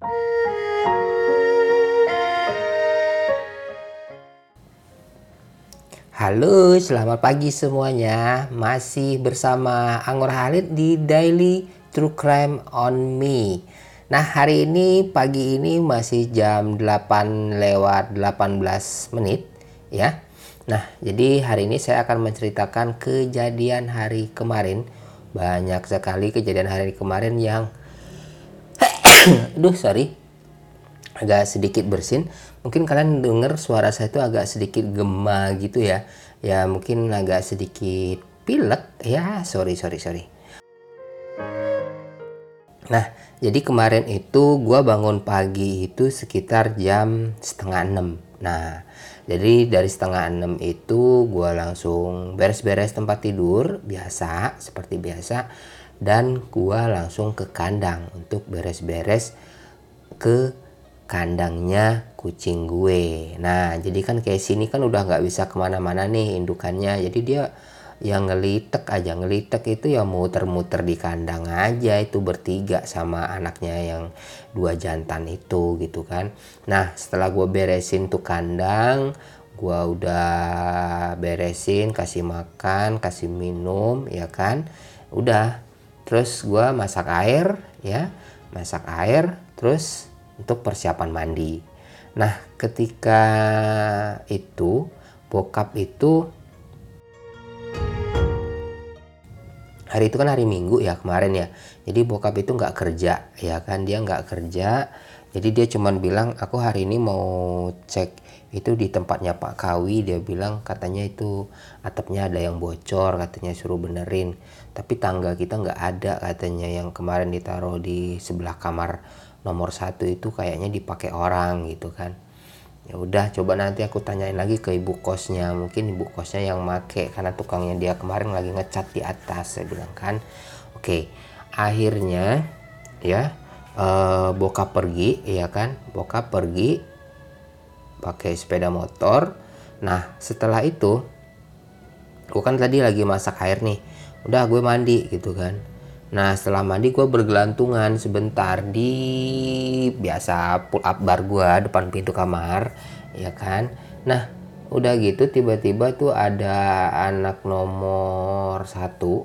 Halo, selamat pagi semuanya. Masih bersama Anggor Khalid di Daily True Crime on Me. Nah, hari ini pagi ini masih jam 8 lewat 18 menit ya. Nah, jadi hari ini saya akan menceritakan kejadian hari kemarin. Banyak sekali kejadian hari kemarin yang agak sedikit bersin. Mungkin kalian dengar suara saya itu agak sedikit gema gitu ya. Ya mungkin agak sedikit pilek ya, sorry. Nah, jadi kemarin itu gua bangun pagi itu sekitar jam setengah 6. Nah, jadi dari setengah 6 itu gua langsung beres-beres tempat tidur biasa, seperti biasa, dan gua langsung ke kandang untuk beres-beres ke kandangnya kucing gue. Nah, jadi kan kayak sini kan udah nggak bisa kemana-mana nih indukannya. Jadi dia yang ngelitek itu ya muter-muter di kandang aja, itu bertiga sama anaknya yang dua jantan itu gitu kan. Nah, setelah gue beresin tuh kandang, gue udah beresin, kasih makan, kasih minum ya kan. Udah, terus gue masak air ya, terus untuk persiapan mandi. Nah, ketika itu bokap itu, hari itu kan hari Minggu ya kemarin ya, jadi bokap itu nggak kerja ya kan, dia nggak kerja. Jadi dia cuman bilang, aku hari ini mau cek itu di tempatnya Pak Kawi. Dia bilang katanya itu atapnya ada yang bocor, katanya suruh benerin, tapi tangga kita nggak ada katanya, yang kemarin ditaruh di sebelah kamar nomor 1 itu kayaknya dipakai orang gitu kan. Ya udah, coba nanti aku tanyain lagi ke ibu kosnya, mungkin ibu kosnya yang make, karena tukangnya dia kemarin lagi ngecat di atas, saya bilang kan. Oke, akhirnya ya bokap pergi ya kan, bokap pergi pakai sepeda motor. Nah, setelah itu gue kan tadi lagi masak air nih, udah gue mandi gitu kan. Nah, setelah mandi gue bergelantungan sebentar di biasa pull up bar gue depan pintu kamar ya kan. Nah, udah gitu tiba-tiba tuh ada anak nomor 1,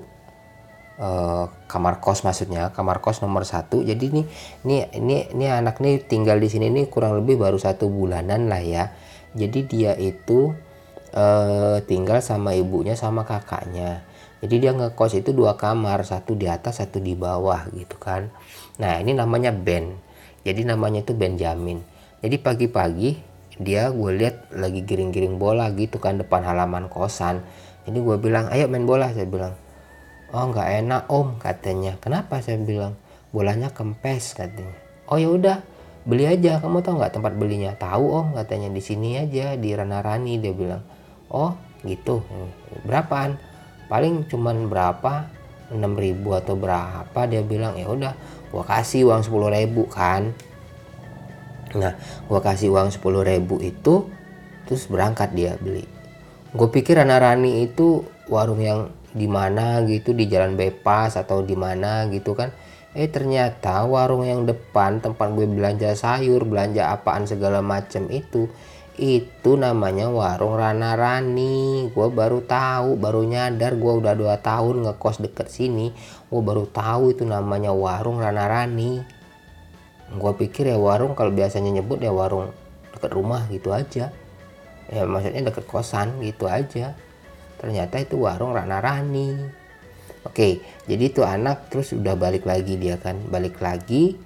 kamar kos, maksudnya kamar kos nomor 1. Jadi ini anak nih tinggal di sini nih kurang lebih baru 1 bulanan lah ya. Jadi dia itu tinggal sama ibunya sama kakaknya. Jadi dia ngekos itu 2 kamar, 1 di atas, 1 di bawah gitu kan. Nah, ini namanya Ben. Jadi namanya itu Benjamin. Jadi pagi-pagi dia gue lihat lagi giring-giring bola gitu kan depan halaman kosan. Jadi gue bilang, ayo main bola, saya bilang. Oh, nggak enak om, katanya. Kenapa, saya bilang. Bolanya kempes, katanya. Oh ya udah, beli aja. Kamu tahu nggak tempat belinya? Tahu om, katanya, di sini aja di Rana Rani, dia bilang. Oh gitu, berapaan? Paling cuman berapa, 6.000 atau berapa, dia bilang. Ya udah, gua kasih uang 10.000 kan. Nah, gua kasih uang 10.000 itu, terus berangkat dia beli. Gue pikir Rana Rani itu warung yang di mana gitu, di Jalan Bypass atau di mana gitu kan. Ternyata warung yang depan tempat gue belanja sayur, belanja apaan segala macam itu namanya warung Rana Rani. Gue baru tahu, baru nyadar, gue udah 2 tahun ngekos deket sini, gue baru tahu itu namanya warung Rana Rani. Gue pikir ya warung kalau biasanya nyebut ya warung deket rumah gitu aja, ya maksudnya deket kosan gitu aja. Ternyata itu warung Rana Rani. Oke, jadi itu anak terus udah balik lagi, dia kan balik lagi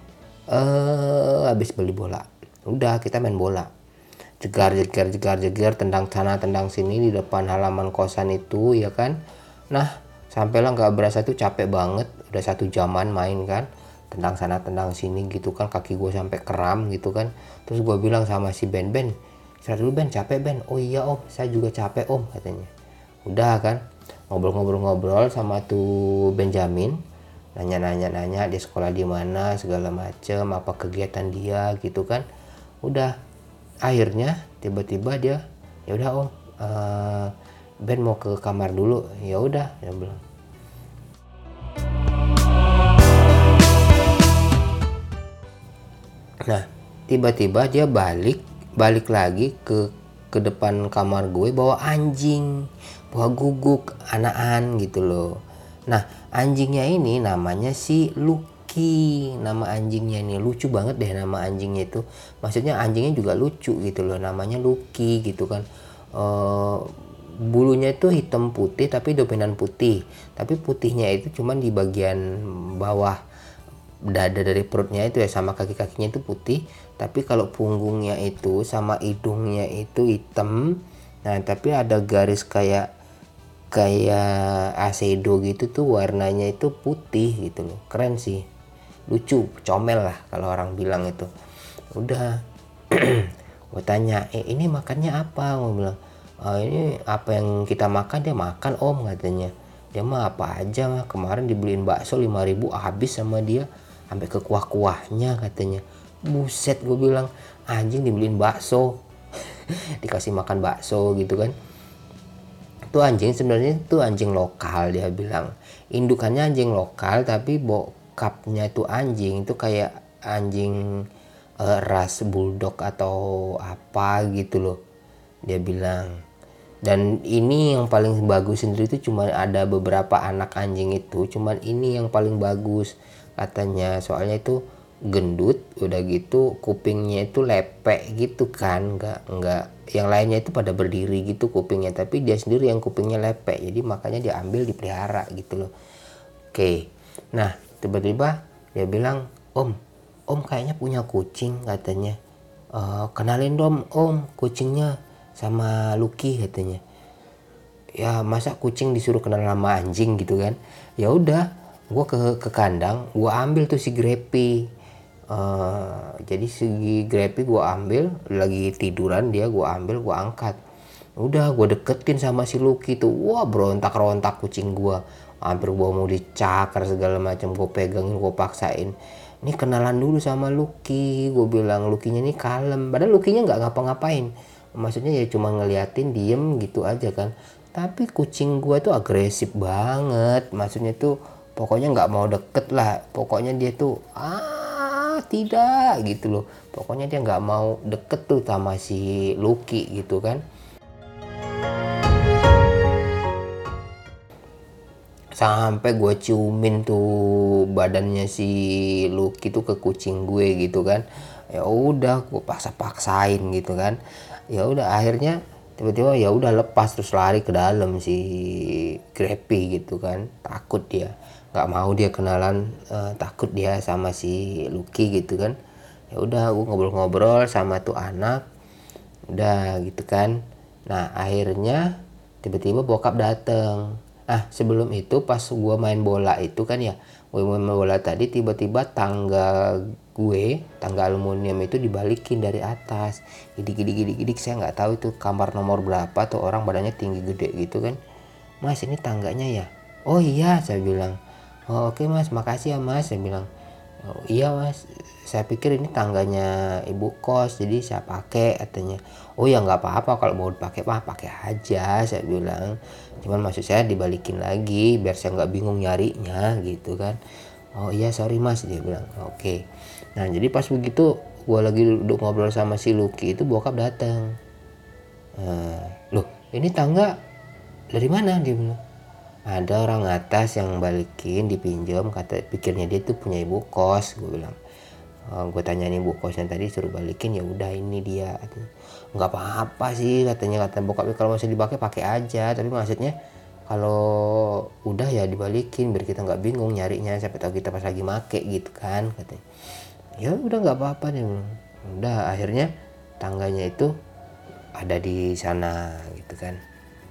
habis beli bola. Udah, kita main bola, jegar, tendang sana tendang sini di depan halaman kosan itu ya kan. Nah, sampailah nggak berasa tuh capek banget, udah 1 jaman main kan, tendang sana tendang sini gitu kan, kaki gue sampai kram gitu kan. Terus gue bilang sama si Ben, istirahat dulu Ben, capek Ben. Oh iya om, saya juga capek om, katanya. Udah kan, ngobrol sama tuh Benjamin, nanya di sekolah di mana segala macem, apa kegiatan dia gitu kan. Udah, akhirnya tiba-tiba dia, ya udah om, Ben mau ke kamar dulu. Ya udah, dia bilang. Nah, tiba-tiba dia balik lagi ke depan kamar gue bawa anjing, bawa guguk, anakan gitu loh. Nah, anjingnya ini namanya si Lucky. Nama anjingnya ini lucu banget deh nama anjingnya itu. Maksudnya anjingnya juga lucu gitu loh, namanya Lucky gitu kan. Eh, bulunya itu hitam putih tapi dominan putih. Tapi putihnya itu cuman di bagian bawah dada dari perutnya itu ya, sama kaki-kakinya itu putih, tapi kalau punggungnya itu sama hidungnya itu hitam. Nah, tapi ada garis kayak kayak asedo gitu tuh, warnanya itu putih gitu loh. Keren sih, lucu, comel lah kalau orang bilang itu. Udah gue tanya, ini makannya apa? Gue bilang, ini apa yang kita makan dia makan om, katanya. Dia mah apa aja mah, kemarin dibeliin bakso 5.000 habis sama dia sampai ke kuah-kuahnya, katanya. Buset, gue bilang, anjing dibeliin bakso dikasih makan bakso gitu kan. Itu anjing sebenarnya itu anjing lokal, dia bilang indukannya anjing lokal tapi bokapnya itu anjing itu kayak anjing ras bulldog atau apa gitu loh, dia bilang. Dan ini yang paling bagus sendiri itu cuma ada beberapa anak anjing itu, cuman ini yang paling bagus katanya, soalnya itu gendut, udah gitu kupingnya itu lepek gitu kan, nggak yang lainnya itu pada berdiri gitu kupingnya, tapi dia sendiri yang kupingnya lepek, jadi makanya dia ambil dipelihara gitu loh. Oke, nah tiba-tiba dia bilang, om kayaknya punya kucing, katanya. Kenalin dong om kucingnya sama Lucky, katanya. Ya masa kucing disuruh kenal sama anjing gitu kan. Ya udah, gue ke kandang, gue ambil tuh si Grepi. Jadi si Grepi gue ambil lagi tiduran, dia gue ambil, gue angkat. Udah gue deketin sama si Lucky tuh, wah berontak-rontak kucing gue, hampir gue mau dicakar segala macam, gue pegangin, gue paksain. Ini kenalan dulu sama Lucky, gue bilang. Lucky-nya ini kalem, padahal Lucky-nya nggak ngapa-ngapain, maksudnya ya cuma ngeliatin diem gitu aja kan. Tapi kucing gue tuh agresif banget, maksudnya tuh pokoknya nggak mau deket lah, pokoknya dia tuh tidak gitu loh, pokoknya dia nggak mau deket tuh sama si Lucky gitu kan. Sampai gue ciumin tuh badannya si Lucky tuh ke kucing gue gitu kan. Ya udah gue paksain gitu kan. Ya udah akhirnya tiba-tiba ya udah lepas terus lari ke dalam si Greppy gitu kan, takut dia, nggak mau dia kenalan, takut dia sama si Lucky gitu kan. Ya udah gue ngobrol-ngobrol sama tuh anak, udah gitu kan. Nah akhirnya tiba-tiba bokap dateng. Sebelum itu pas gue main bola itu kan ya, gue main bola tadi tiba-tiba tangga aluminium itu dibalikin dari atas. Gidik, saya nggak tahu itu kamar nomor berapa tuh, orang badannya tinggi gede gitu kan. Mas ini tangganya ya? Oh iya, saya bilang. Oh, oke mas, makasih ya mas, saya bilang. Oh, iya mas, saya pikir ini tangganya ibu kos jadi saya pakai, katanya. Oh ya nggak apa-apa kalau mau dipakai pakai aja, saya bilang. Cuman maksud saya dibalikin lagi biar saya nggak bingung nyarinya gitu kan. Oh iya sorry mas, dia bilang. Oke. Nah jadi pas begitu gue lagi duduk ngobrol sama si Lucky itu bokap datang. Loh ini tangga dari mana, dia bilang. Ada orang atas yang balikin, dipinjam, kata pikirnya dia tuh punya ibu kos, gue bilang. Gue tanya nih ibu kosnya tadi suruh balikin, ya udah ini dia, katanya. Nggak apa-apa sih, katanya, kata bokapnya, kalau masih dipakai pakai aja, tapi maksudnya kalau udah ya dibalikin biar kita nggak bingung nyarinya, siapa tahu kita pas lagi make gitu kan, katanya. Ya udah nggak apa-apa nih, udah akhirnya tangganya itu ada di sana gitu kan.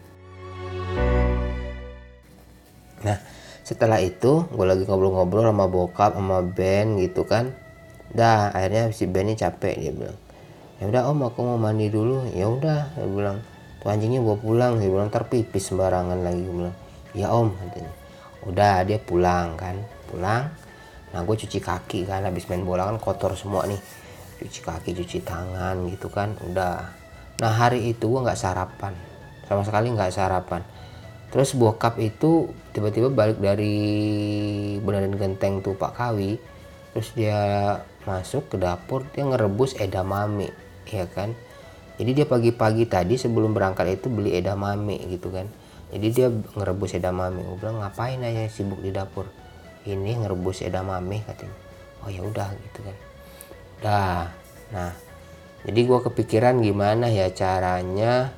Nah setelah itu gue lagi ngobrol-ngobrol sama bokap sama Ben gitu kan. Dah akhirnya si Ben ini capek, dia bilang, ya udah om aku mau mandi dulu. Ya udah, dia bilang, tuh anjingnya bawa pulang, dia bilang, ntar pipis sembarangan lagi. Gue bilang ya om, katanya. Udah dia pulang kan, pulang. Nah gue cuci kaki kan, habis main bola kan kotor semua nih, cuci kaki cuci tangan gitu kan. Udah, nah hari itu gue nggak sarapan sama sekali, nggak sarapan. Terus bokap itu tiba-tiba balik dari Beneran Genteng tuh Pak Kawi, Terus dia masuk ke dapur, dia ngerebus edamame, ya kan. Jadi dia pagi-pagi tadi sebelum berangkat itu beli edamame gitu kan. Jadi dia ngerebus edamame. Gue bilang, ngapain aja sibuk di dapur? Ini ngerebus edamame katanya. Oh ya udah gitu kan. Nah, jadi gue kepikiran gimana ya caranya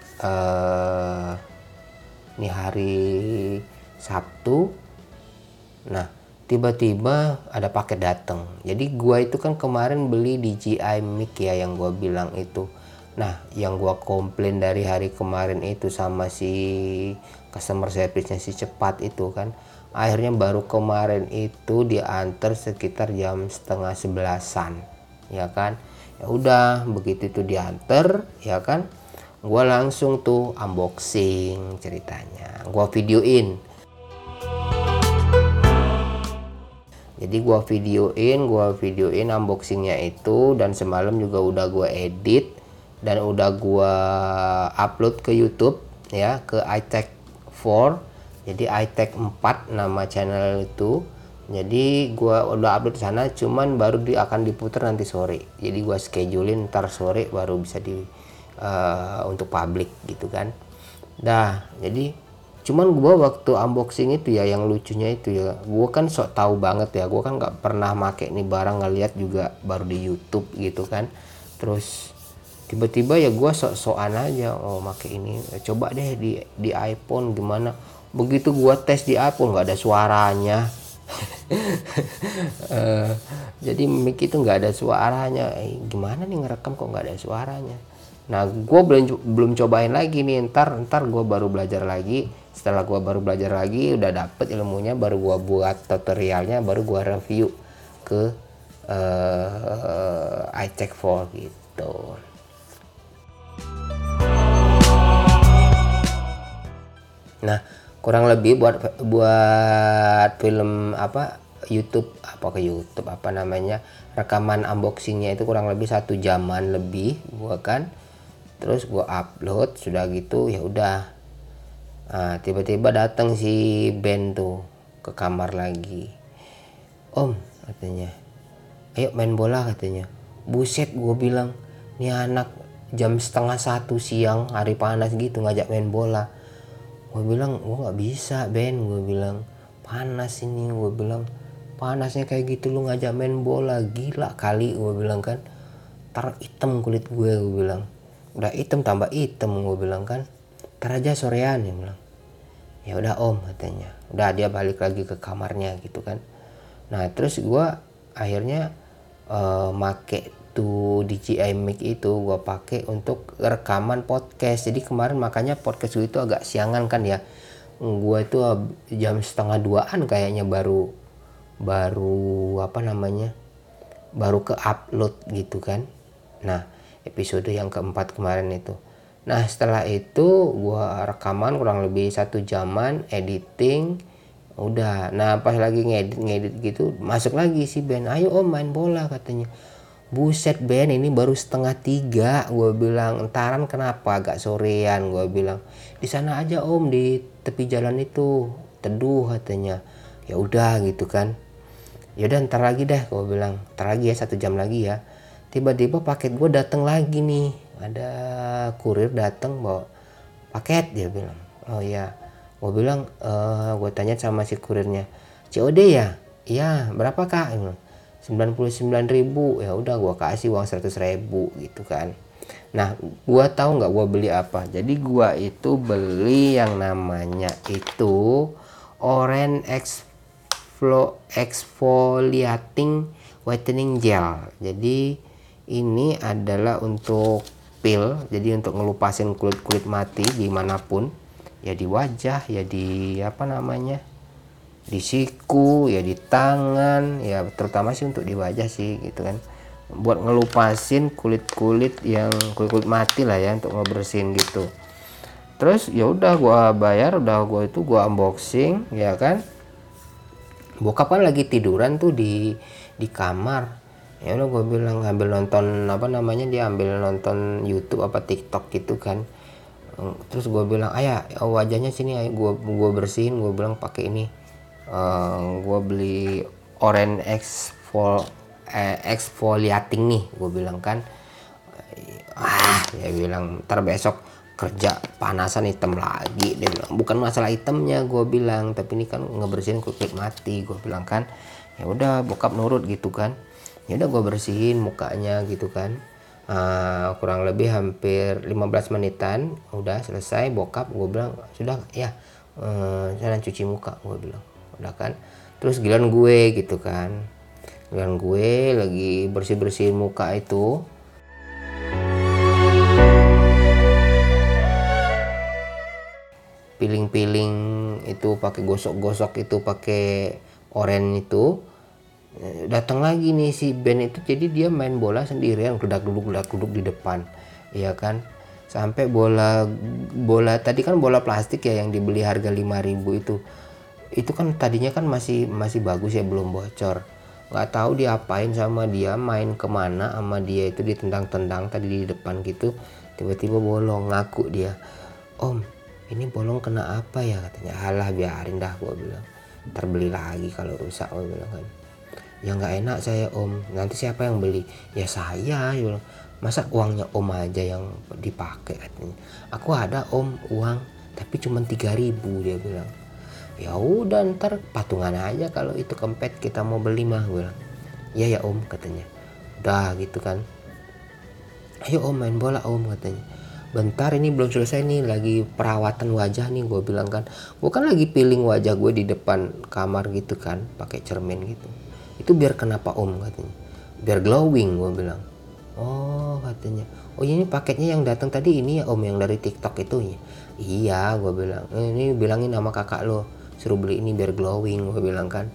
ini hari Sabtu. Nah, tiba-tiba ada paket datang. Jadi gua itu kan kemarin beli DJI mic ya yang gua bilang itu. Nah, yang gua komplain dari hari kemarin itu sama si customer service-nya si cepat itu kan. Akhirnya baru kemarin itu diantar sekitar jam setengah 11-an, ya kan. Ya udah, begitu itu diantar, ya kan. Gua langsung tuh unboxing ceritanya. Gua videoin. Jadi gua videoin unboxingnya itu, dan semalam juga udah gua edit dan udah gua upload ke YouTube ya, ke iTech 4. Jadi iTech 4 nama channel itu. Jadi gua udah upload sana, cuman baru akan diputar nanti sore. Jadi gua schedulein ntar sore baru bisa untuk publik gitu kan. Jadi cuman gue waktu unboxing itu ya, yang lucunya itu ya, gue kan sok tahu banget ya, gue kan nggak pernah make nih barang, ngeliat juga baru di YouTube gitu kan. Terus tiba-tiba ya gue sok-sokan aja, oh make ini, coba deh di iPhone gimana. Begitu gue tes di iPhone nggak ada suaranya. Jadi mic itu nggak ada suaranya. Gimana nih ngerekam kok nggak ada suaranya. Nah, gue belum cobain lagi nih, ntar gue baru belajar lagi. Setelah gue baru belajar lagi, udah dapet ilmunya, baru gue buat tutorialnya, baru gue review ke iTech 4 gitu. Nah, kurang lebih buat film YouTube apa namanya, rekaman unboxingnya itu kurang lebih 1 jaman lebih gua kan. Terus gua upload, sudah gitu ya udah. Nah, tiba-tiba datang si Ben tuh ke kamar lagi. Om, katanya, ayo main bola katanya. Buset, gue bilang, nih anak jam setengah 1 siang, hari panas gitu ngajak main bola. Gue bilang, gue nggak bisa Ben, gue bilang, panas ini, gue bilang, panasnya kayak gitu lu ngajak main bola, gila kali, gue bilang kan. Tar hitam kulit gue bilang, udah hitam tambah hitam, gue bilang kan. Tar aja sorean, ya bilang. Ya udah om, katanya. Udah, dia balik lagi ke kamarnya gitu kan. Nah terus gue akhirnya make tuh DJI mic itu gue pakai untuk rekaman podcast. Jadi kemarin makanya podcast gue itu agak siangan kan ya. Gue itu jam setengah 2-an kayaknya baru baru ke upload gitu kan. Nah episode yang keempat kemarin itu. Nah setelah itu gue rekaman kurang lebih 1 jaman, editing, udah. Nah pas lagi ngedit gitu, masuk lagi si Ben, ayo om main bola katanya. Buset Ben, ini baru 2:30, gue bilang. Entaran kenapa agak sorean, gue bilang. Di sana aja om, di tepi jalan itu teduh katanya. Ya udah gitu kan. Ya udah ntar lagi deh, gue bilang. Ntar lagi ya, 1 jam lagi ya. Tiba-tiba paket gue datang lagi nih, ada kurir datang bawa paket, dia bilang. Oh iya, gue bilang, gue tanya sama si kurirnya, COD ya? Iya, berapa kak? 99.000. Ya udah, gue kasih uang 100.000 gitu kan. Nah, gue tahu nggak gue beli apa? Jadi gue itu beli yang namanya itu Orange Exfoliating Whitening Gel. Jadi ini adalah untuk peel, jadi untuk ngelupasin kulit mati dimanapun, ya di wajah, ya di di siku, ya di tangan, ya terutama sih untuk di wajah sih gitu kan, buat ngelupasin kulit yang kulit mati lah ya, untuk ngebersihin gitu. Terus ya udah gua bayar, udah gua unboxing ya kan. Bokap kan lagi tiduran tuh di kamar. Ya udah gue bilang ambil nonton dia ambil nonton YouTube apa TikTok gitu kan. Terus gue bilang, ayah wajahnya sini, ayo gue bersihin, gue bilang pakai ini. Gue beli Orange exfoliating nih, gue bilang kan. Dia bilang ntar besok kerja panasan hitam lagi, dia bilang. Bukan masalah hitamnya, gue bilang, tapi ini kan ngebersihin kulit mati, gue bilang kan. Ya udah, bokap nurut gitu kan. Ya udah, gue bersihin mukanya gitu kan. Kurang lebih hampir 15 menitan udah selesai. Bokap gue bilang sudah ya, jalan cuci muka, gue bilang udah kan. Terus giliran gue gitu kan, giliran gue lagi bersihin muka itu, piling-piling itu pakai gosok-gosok itu pakai oren itu. Datang lagi nih si Ben itu, jadi dia main bola sendirian, gledak duduk di depan, ya kan. Sampai bola tadi kan bola plastik ya yang dibeli harga 5.000 itu kan tadinya kan masih bagus ya, belum bocor. Nggak tahu diapain sama dia, main kemana sama dia itu, ditendang-tendang tadi di depan gitu, tiba-tiba bolong. Ngaku dia, "Om, ini bolong kena apa ya?" katanya. "Alah, biarin dah," gue bilang, "ntar beli lagi kalau rusak," gue bilang kan. "Ya nggak enak saya, Om, nanti siapa yang beli?" "Ya saya," dia bilang. "Masa uangnya Om aja yang dipakai?" katanya. "Aku ada, Om, uang, tapi cuma 3.000," dia bilang. "Ya udah, ntar patungan aja kalau itu kempet kita mau beli mah," gue bilang. "Iya ya, Om," katanya. Udah gitu kan. "Ayo Om, main bola Om," katanya. "Bentar, ini belum selesai nih, lagi perawatan wajah nih," gue bilang kan. Gue kan lagi peeling wajah gue di depan kamar gitu kan, pakai cermin gitu. "Itu biar kenapa Om?" katanya. "Biar glowing," gue bilang. "Oh," katanya. "Oh ini paketnya yang datang tadi ini ya Om, yang dari TikTok itu ya?" "Iya," gue bilang. "Ini bilangin sama kakak lo suruh beli ini biar glowing," gue bilang kan.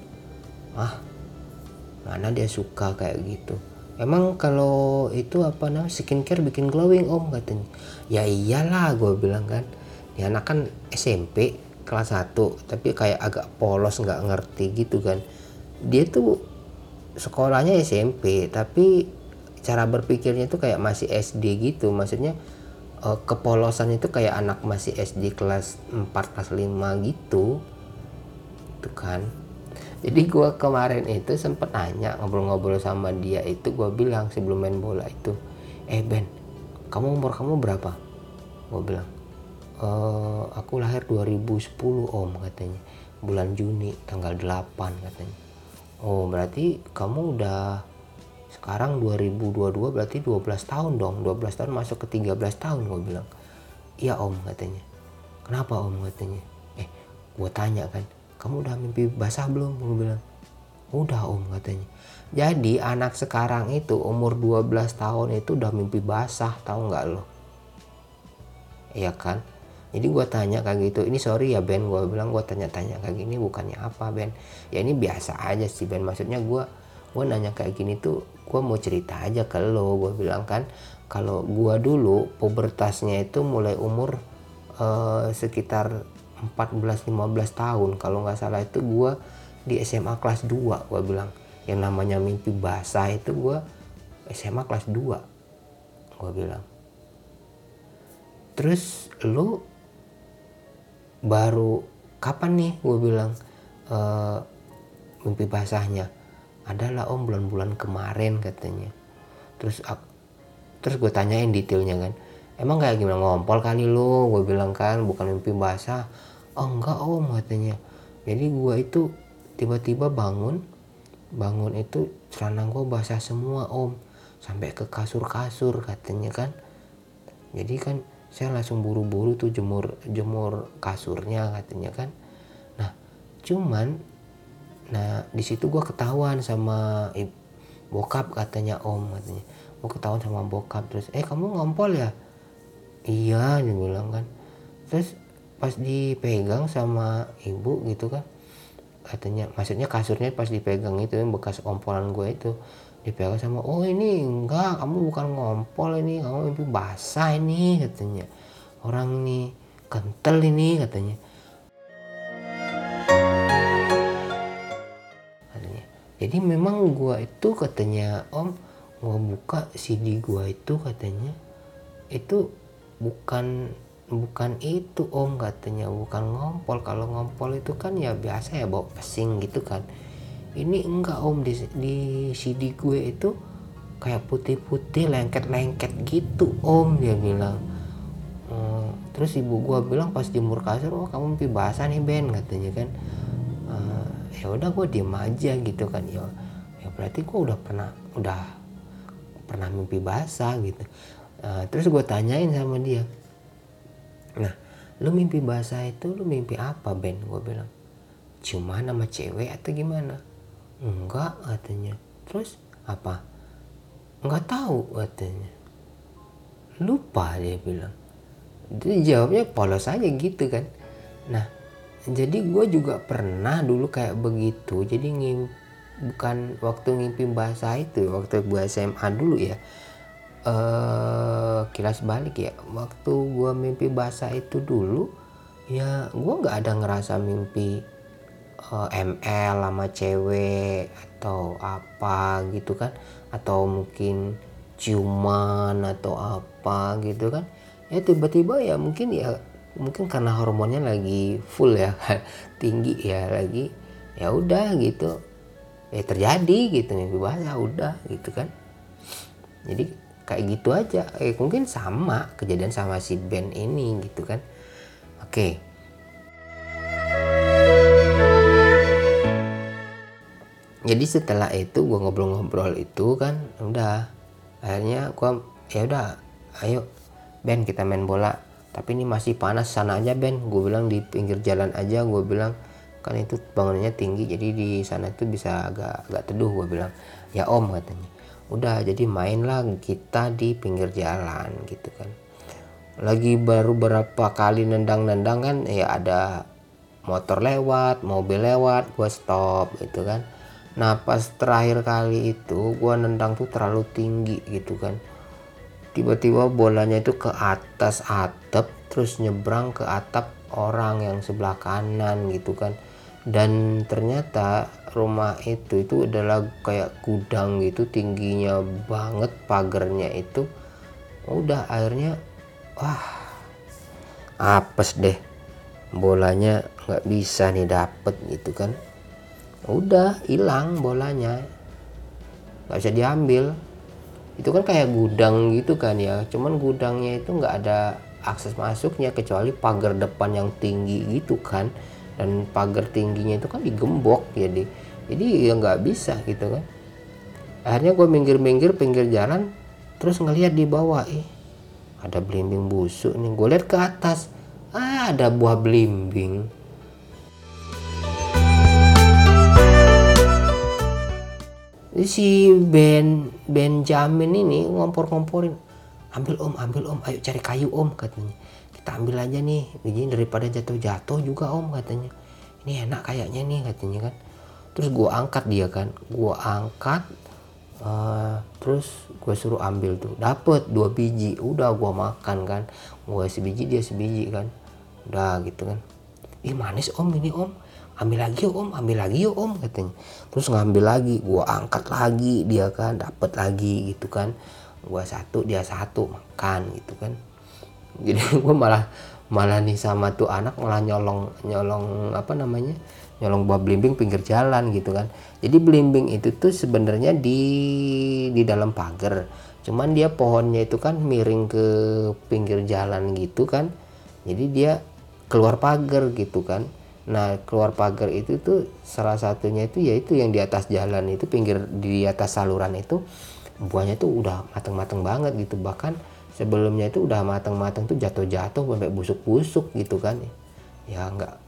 Mana dia suka kayak gitu. "Emang kalau itu apa namanya, skincare bikin glowing Om?" katanya. "Ya iyalah," gue bilang kan. Dia anak kan SMP kelas 1 tapi kayak agak polos, nggak ngerti gitu kan. Dia tuh sekolahnya SMP tapi cara berpikirnya tuh kayak masih SD gitu. Maksudnya kepolosan itu kayak anak masih SD kelas 4 kelas 5 gitu. Itu kan. Jadi gue kemarin itu sempet nanya, ngobrol-ngobrol sama dia itu, gue bilang sebelum main bola itu, Ben, umur kamu berapa?" Gue bilang, Aku lahir 2010 Om," katanya. "Bulan Juni tanggal 8," katanya. "Oh berarti kamu udah sekarang 2022, berarti 12 tahun dong, 12 tahun masuk ke 13 tahun," gue bilang. "Iya Om," katanya. "Kenapa Om?" katanya. Gue tanya kan, "Kamu udah mimpi basah belum?" gue bilang. "Udah Om," katanya. Jadi anak sekarang itu umur 12 tahun itu udah mimpi basah, tahu nggak lo? Iya kan? Jadi gue tanya kayak gitu, "Ini sorry ya Ben," gue bilang, "gue tanya-tanya kayak gini bukannya apa Ben. Ya ini biasa aja sih Ben, maksudnya gue nanya kayak gini tuh gue mau cerita aja ke lo," gue bilang kan. Kalau gue dulu pubertasnya itu mulai umur sekitar 14-15 tahun. Kalau nggak salah itu gue di SMA kelas 2, gue bilang. Yang namanya mimpi basah itu gue SMA kelas 2, gue bilang. "Terus lu baru kapan nih?" gue bilang, "mimpi basahnya?" "Adalah Om, bulan-bulan kemarin," katanya. Terus gue tanyain detailnya kan. "Emang kayak gimana, ngompol kali lu?" gue bilang kan, "bukan mimpi basah." "Oh enggak Om," katanya. "Jadi gue itu tiba-tiba bangun itu celana gue basah semua Om, sampai ke kasur," katanya kan. Jadi kan saya langsung buru-buru tuh jemur kasurnya, katanya kan. Nah cuman di situ gue ketahuan sama bokap, katanya Om, katanya. Gue ketahuan sama bokap, terus "Kamu ngompol ya?" "Iya," dia bilang kan. Terus pas dipegang sama ibu gitu kan, katanya, maksudnya kasurnya pas dipegang itu yang bekas ompolan gue itu dipegang sama, "Oh ini enggak, kamu bukan ngompol, ini kamu mimpi basah ini," katanya. "Orang ini kental ini," katanya. Jadi memang gua itu, katanya Om, gua buka CD gua itu, katanya itu bukan itu Om, katanya bukan ngompol. Kalau ngompol itu kan ya biasa ya bawa pesing gitu kan. ini enggak om, di CD gue itu kayak putih-putih lengket-lengket gitu om, dia bilang. Terus ibu gue bilang pas jemur kasur, oh kamu mimpi basah nih Ben, katanya kan. Ya udah gue diem aja gitu kan, ya berarti gue udah pernah mimpi basah gitu. Terus gue tanyain sama dia, nah lu mimpi basah itu lu mimpi apa Ben, gue bilang. Ciuman sama cewek atau gimana? Enggak, katanya. Terus apa? Enggak tahu, katanya. Lupa, dia bilang. Jadi jawabnya polos aja gitu kan. Nah, jadi gue juga pernah dulu kayak begitu. Jadi bukan waktu ngimpi bahasa itu, waktu gue SMA dulu ya. Kilas balik ya, waktu gue mimpi bahasa itu dulu, ya gue nggak ada ngerasa mimpi ML sama cewek atau apa gitu kan, atau mungkin ciuman atau apa gitu kan. Ya tiba-tiba ya mungkin karena hormonnya lagi full ya tinggi ya lagi, ya udah gitu ya terjadi gitu mimpi basah udah gitu kan. Jadi kayak gitu aja, mungkin sama kejadian sama si Ben ini gitu kan. Oke. Jadi setelah itu gue ngobrol-ngobrol itu kan, udah akhirnya gue ya udah ayo Ben kita main bola, tapi ini masih panas, sana aja Ben, gue bilang di pinggir jalan aja, gue bilang kan itu bangunannya tinggi jadi di sana tuh bisa agak teduh, gue bilang. Ya om, katanya. Udah jadi mainlah kita di pinggir jalan gitu kan. Lagi baru berapa kali nendang-nendang kan, ya ada motor lewat, mobil lewat, gue stop gitu kan. Nah pas terakhir kali itu gue nendang tuh terlalu tinggi gitu kan, tiba-tiba bolanya itu ke atas atap terus nyebrang ke atap orang yang sebelah kanan gitu kan. Dan ternyata rumah itu adalah kayak gudang gitu, tingginya banget pagernya itu. Udah akhirnya apes deh, bolanya nggak bisa nih dapet gitu kan. Udah hilang bolanya, nggak bisa diambil. Itu kan kayak gudang gitu kan ya, cuman gudangnya itu nggak ada akses masuknya kecuali pagar depan yang tinggi gitu kan, dan pagar tingginya itu kan digembok, jadi ya nggak bisa gitu kan. Akhirnya gue minggir-minggir pinggir jalan, terus ngelihat di bawah, ada belimbing busuk nih. Gue lihat ke atas, ada buah belimbing. Si Benjamin ini ngompor-ngomporin, ambil om, ayo cari kayu om, katanya. Kita ambil aja nih, begini daripada jatuh-jatuh juga om, katanya. Ini enak kayaknya nih, katanya kan. Terus gue angkat dia kan, terus gue suruh ambil tuh, dapet 2 biji, udah gue makan kan, gue sebiji dia sebiji kan, udah gitu kan. Manis om ini om, ambil lagi yuk om, katanya. Terus ngambil lagi, gue angkat lagi dia kan, dapet lagi gitu kan. Gue satu dia satu makan gitu kan. Jadi gue malah nih sama tuh anak malah nyolong apa namanya, nyolong buah belimbing pinggir jalan gitu kan. Jadi belimbing itu tuh sebenarnya di dalam pagar, cuman dia pohonnya itu kan miring ke pinggir jalan gitu kan, jadi dia keluar pagar gitu kan. Nah keluar pagar itu tuh salah satunya itu yaitu yang di atas jalan itu, di atas saluran itu buahnya tuh udah mateng-mateng banget gitu, bahkan sebelumnya itu udah mateng-mateng tuh jatuh-jatuh sampai busuk-busuk gitu kan. Ya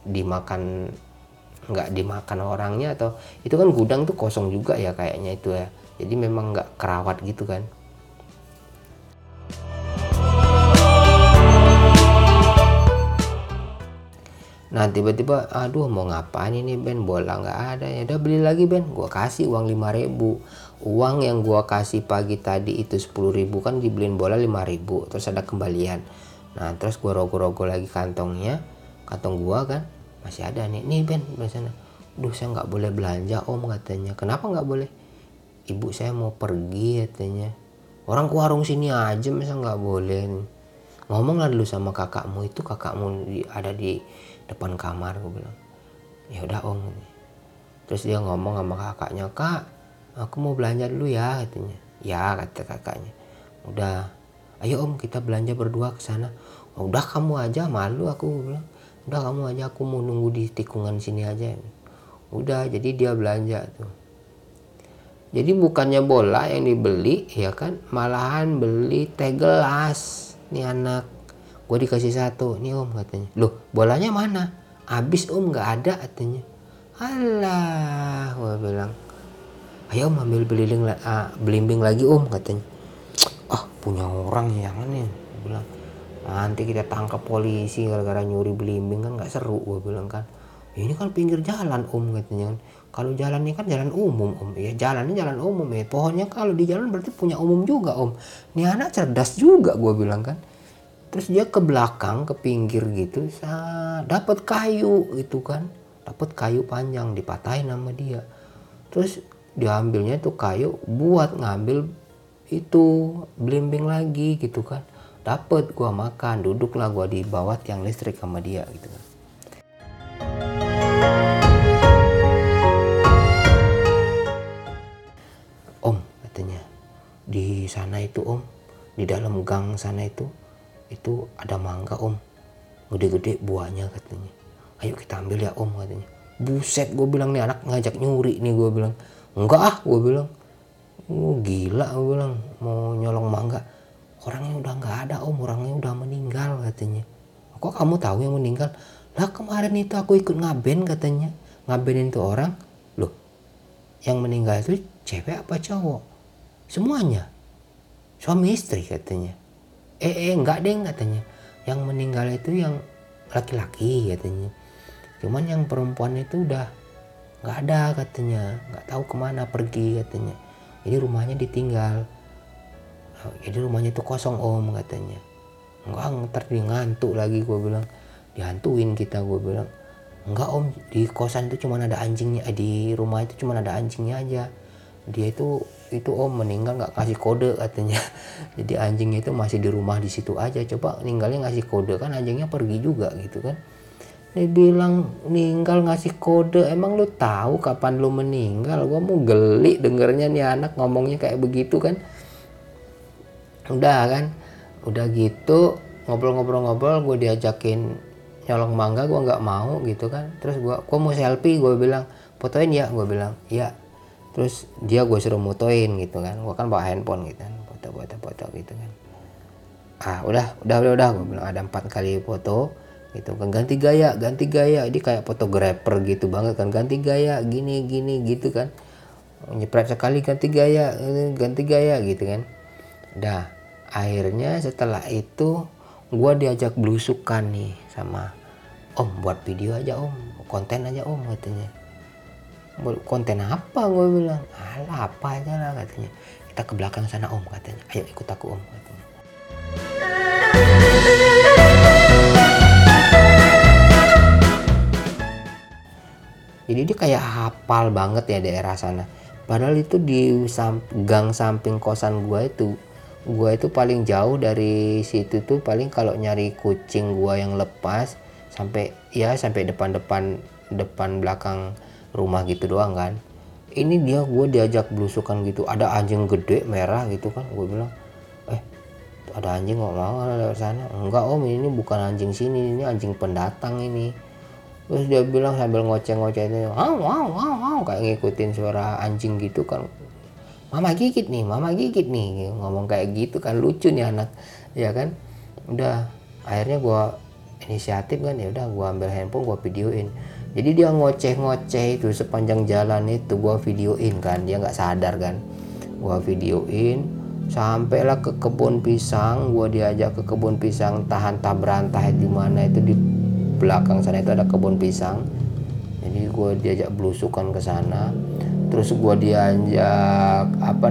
nggak dimakan orangnya, atau itu kan gudang tuh kosong juga ya kayaknya itu ya, jadi memang nggak kerawat gitu kan. Nah tiba-tiba aduh mau ngapain ini Ben, bola nggak ada, ya udah beli lagi Ben, gua kasih uang 5.000. Uang yang gua kasih pagi tadi itu 10.000 kan, dibeliin bola 5.000, terus ada kembalian. Nah terus gua rogo-rogo lagi kantong gua kan, masih ada nih Ben di sana. Duh saya nggak boleh belanja om, katanya. Kenapa nggak boleh? Ibu saya mau pergi, katanya. Orang ke warung sini aja masa nggak boleh? Ngomonglah dulu sama kakakmu ada di depan kamar, gue bilang. Ya udah om. Terus dia ngomong sama kakaknya, "Kak, aku mau belanja dulu ya," katanya. "Ya," kata kakaknya. "Udah, ayo om kita belanja berdua ke sana." "Udah kamu aja, malu aku," bilang. "Udah kamu aja, aku mau nunggu di tikungan sini aja." Udah, jadi dia belanja tuh. Jadi bukannya bola yang dibeli ya kan, malahan beli teh gelas. Nih anak, gue dikasih satu, nih om katanya. "Loh bolanya mana?" "Habis om, nggak ada," katanya. "Alah," gue bilang. "Ayo om ambil belimbing lagi om," katanya. "Ah punya orang jangan nih," gue bilang. "Nanti kita tangkap polisi gara-gara nyuri belimbing kan nggak seru," gue bilang kan. "Ini kan pinggir jalan om," katanya kan. "Kalau jalan ini kan jalan umum om." "Ya jalannya jalan umum ya, pohonnya kalau di jalan berarti punya umum juga om." Nih anak cerdas juga, gue bilang kan. Terus dia ke belakang, ke pinggir gitu, dapat kayu gitu kan, dapat kayu panjang, dipatahin sama dia. Terus diambilnya tuh kayu buat ngambil itu belimbing lagi gitu kan. Dapet gua makan, duduklah gua di bawah tiang listrik sama dia gitu kan. "Om," katanya, "di sana itu om, di dalam gang sana itu ada mangga om, gede-gede buahnya," katanya. "Ayo kita ambil ya om," katanya. Buset, gue bilang, nih anak ngajak nyuri nih, gue bilang. "Enggak ah," gue bilang. "Oh gila," gue bilang, "mau nyolong mangga. Orangnya udah nggak ada om, orangnya udah meninggal," katanya. "Kok kamu tahu yang meninggal?" "Lah kemarin itu aku ikut ngaben," katanya. "Ngabenin tuh orang." "Loh yang meninggal itu cewek apa cowok?" "Semuanya, suami istri," katanya. Enggak deng," katanya. "Yang meninggal itu yang laki-laki," katanya. "Cuman yang perempuan itu udah nggak ada," katanya. "Nggak tahu kemana pergi," katanya. "Jadi rumahnya ditinggal. Jadi rumahnya itu kosong om," katanya. "Enggak, ntar dia ngantuk lagi," gue bilang. "Dihantuin kita," gue bilang. "Enggak om, di kosan itu cuma ada anjingnya, di rumah itu cuma ada anjingnya aja. Dia itu om meninggal nggak kasih kode," katanya. "Jadi anjingnya itu masih di rumah di situ aja. Coba ninggalnya ngasih kode kan anjingnya pergi juga gitu kan." Dia bilang ninggal ngasih kode, emang lu tahu kapan lu meninggal? Gua mau geli dengernya nih anak ngomongnya kayak begitu kan. Udah kan, udah gitu ngobrol-ngobrol-ngobrol, gue diajakin nyolong mangga, gue nggak mau gitu kan. Terus gue mau selfie, gue bilang, "Fotoin ya," gue bilang. "Iya." Terus dia gue suruh motoin gitu kan, gue kan bawa handphone gitu kan, foto gitu kan. Udah, gue bilang ada 4 kali foto gitu kan, ganti gaya, dia kayak fotografer gitu banget kan, ganti gaya, gini gitu kan, nyepret sekali ganti gaya gitu kan. Dah, akhirnya setelah itu gue diajak belusukan nih sama om, "Buat video aja om, konten aja om," katanya. "Konten apa?" gue bilang. "Alah apa aja lah," katanya. "Kita ke belakang sana om," katanya. "Ayo ikut aku om," katanya. Jadi dia kayak hafal banget ya daerah sana. Padahal itu di gang samping kosan gua itu paling jauh dari situ tuh paling kalau nyari kucing gua yang lepas sampai depan belakang rumah gitu doang kan. Ini gua diajak belusukan gitu, ada anjing gede merah gitu kan, gua bilang, "Ada anjing nggak mau lewat sana." "Enggak om, ini bukan anjing sini, ini anjing pendatang ini." Terus dia bilang sambil ngoceh-ngoceh itu, "Wow wow wow wow," kayak ngikutin suara anjing gitu kan. Mama gigit nih," ngomong kayak gitu kan, lucu nih anak, ya kan. Udah, akhirnya gua inisiatif kan, ya udah gua ambil handphone, gua videoin. Jadi dia ngoceh-ngoceh itu sepanjang jalan itu gua videoin kan, dia nggak sadar kan. Gua videoin sampailah ke kebun pisang, gua diajak ke kebun pisang, entah berantah di mana itu, di belakang sana itu ada kebun pisang. Jadi gue diajak belusukan ke sana, terus gue diajak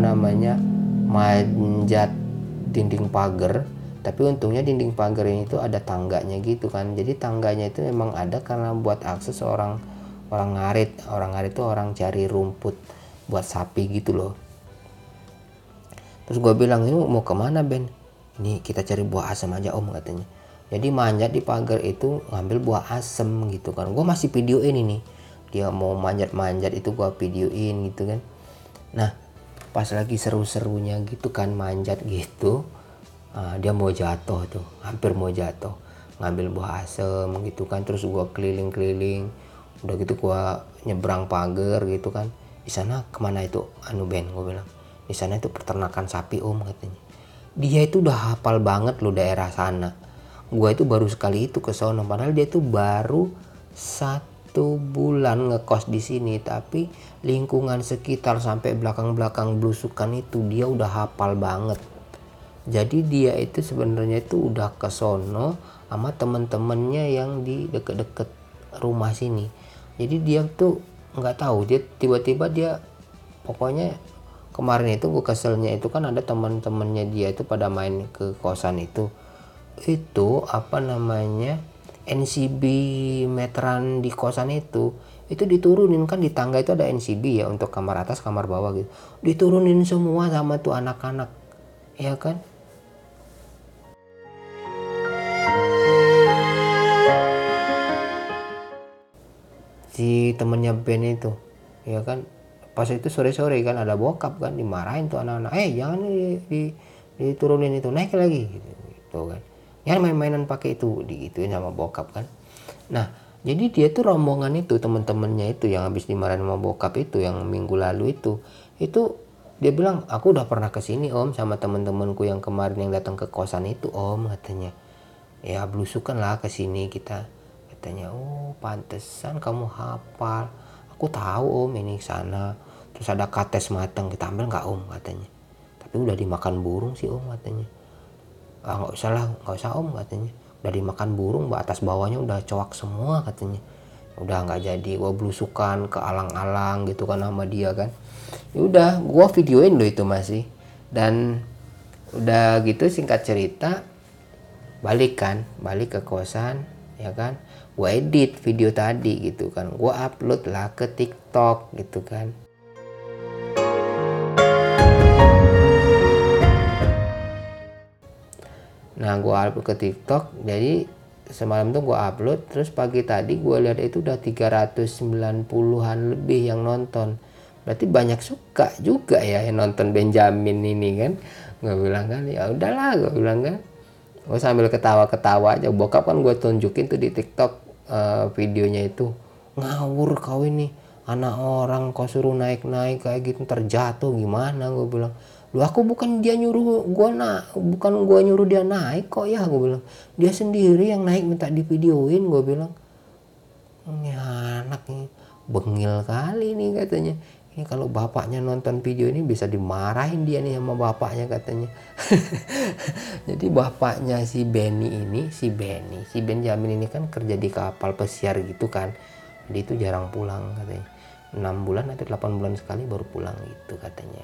manjat dinding pagar. Tapi untungnya dinding pagar ini tuh ada tangganya gitu kan, jadi tangganya itu memang ada karena buat akses orang ngarit itu orang cari rumput buat sapi gitu loh. Terus gue bilang, "Ini mau kemana Ben?" "Ini kita cari buah asam aja om," katanya. Jadi manjat di pagar itu ngambil buah asem gitu kan. Gue masih videoin ini. dia mau manjat-manjat itu gua videoin gitu kan. Nah pas lagi seru-serunya gitu kan manjat gitu, dia mau jatuh tuh, hampir mau jatuh, ngambil buah asem gitu kan. Terus gua keliling-keliling, udah gitu gua nyebrang pagar gitu kan. Di sana kemana itu anu Ben, gua bilang di sana itu peternakan sapi om katanya. Dia itu udah hafal banget loh daerah sana. Gua itu baru sekali itu ke sono, padahal dia itu baru 1 bulan ngekos di sini, tapi lingkungan sekitar sampai belakang-belakang belusukan itu dia udah hafal banget. Jadi dia itu sebenarnya itu udah ke sono sama temen-temennya yang di deket-deket rumah sini. Jadi dia tuh nggak tahu, dia tiba-tiba dia pokoknya kemarin itu gue keselnya itu kan ada teman-temannya dia itu pada main ke kosan itu apa namanya NCB meteran di kosan itu diturunin kan. Di tangga itu ada NCB ya untuk kamar atas kamar bawah gitu, diturunin semua sama tuh anak-anak ya kan. Si temennya Ben itu ya kan, pas itu sore-sore kan ada bokap kan, dimarahin tuh anak-anak, jangan diturunin itu, naik lagi gitu kan, jangan main-mainan pakai itu, digituin sama bokap kan. Nah jadi dia tuh rombongan itu temen-temennya itu yang habis dimarahin sama bokap itu yang minggu lalu itu dia bilang aku udah pernah kesini om sama temen-temenku yang kemarin yang datang ke kosan itu om katanya, ya belusukan lah kesini kita katanya. Oh pantesan kamu hafal, aku tahu om ini sana. Terus ada kates matang, kita ambil nggak om katanya, tapi udah dimakan burung sih om katanya. Nggak usah lah, nggak usah om katanya, udah dimakan burung, atas bawahnya udah coak semua katanya, udah nggak jadi. Gua belusukan ke alang-alang gitu kan sama dia kan. Ya udah gua videoin lo itu masih, dan udah gitu singkat cerita balik ke kosan ya kan. Gue edit video tadi gitu kan, gue upload lah ke TikTok gitu kan. Nah gue upload ke TikTok, jadi semalam tuh gue upload, terus pagi tadi gue lihat itu udah 390-an lebih yang nonton. Berarti banyak suka juga ya yang nonton Benjamin ini kan. Gue bilang kan ya udahlah, gue bilang kan, gue sambil ketawa-ketawa aja. Bokap kan gue tunjukin tuh di TikTok videonya itu, ngawur kau ini, anak orang kau suruh naik-naik kayak gitu terjatuh gimana. Gue bilang, lu aku bukan dia nyuruh gue bukan gue nyuruh dia naik kok ya. Gue bilang dia sendiri yang naik minta di videoin. Gue bilang ini anak nih bengil kali nih katanya. Ini kalau bapaknya nonton video ini bisa dimarahin dia nih sama bapaknya katanya. Jadi bapaknya si Benjamin ini kan kerja di kapal pesiar gitu kan. Jadi itu jarang pulang katanya. 6 bulan atau 8 bulan sekali baru pulang gitu katanya.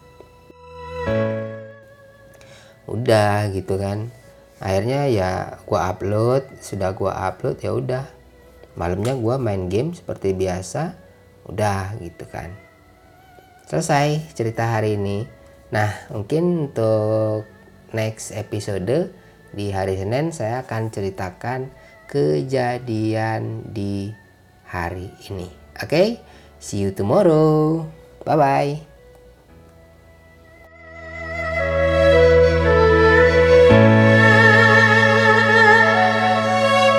Udah gitu kan. Akhirnya ya sudah gua upload ya udah. Malamnya gua main game seperti biasa. Udah gitu kan. Selesai cerita hari ini. Nah mungkin untuk next episode di hari Senin saya akan ceritakan kejadian di hari ini. Oke, see you tomorrow. Bye bye.